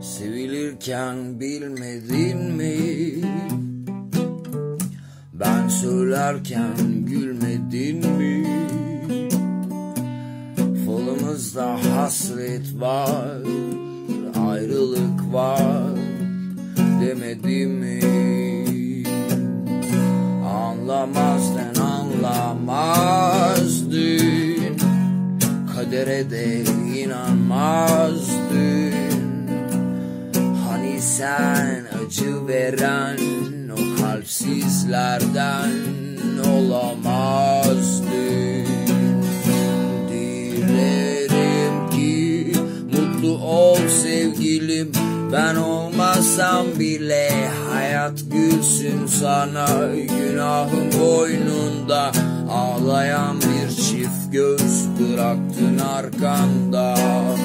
Sevilirken bilmedin mi? Ben söylerken gülmedin mi? Falımızda hasret var, ayrılık var demedim mi? Anlamazdın, anlamazdın, kadere de inanmazdın. Hani sen acı veren o kalpsizlerden olamazdın. Dilerim ki mutlu ol sevgilim, ben olmasam bile hayat gülsün sana. Günahım boynunda ağlayan bir çift göz bıraktın arkanda.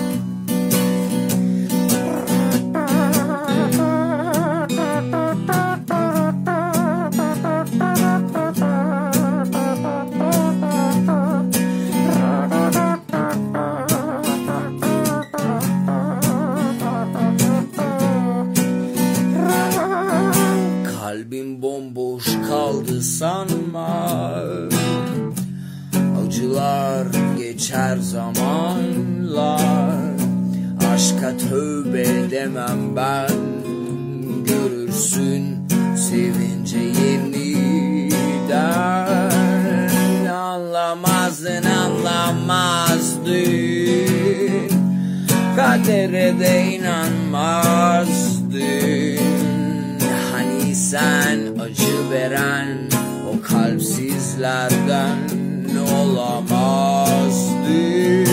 Kalbim bomboş kaldı sanma, acılar geçer zamanlar. Aşka tövbe demem ben, görürsün sevince yeniden. Anlamazdın, anlamazdın, kadere de inanmazdın. Hani sen acı veren o kalpsizlerden olamazdın.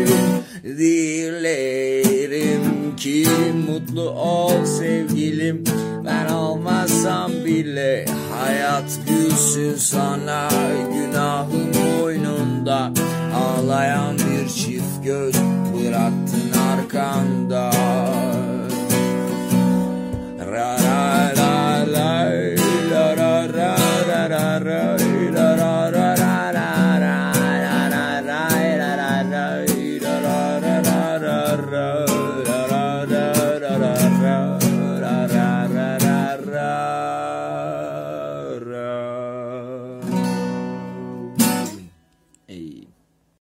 Dilerim ki mutlu ol sevgilim, ben olmasam bile hayat gülsün sana. Günahın boynunda ağlayan bir çift göz bıraktın arkanda.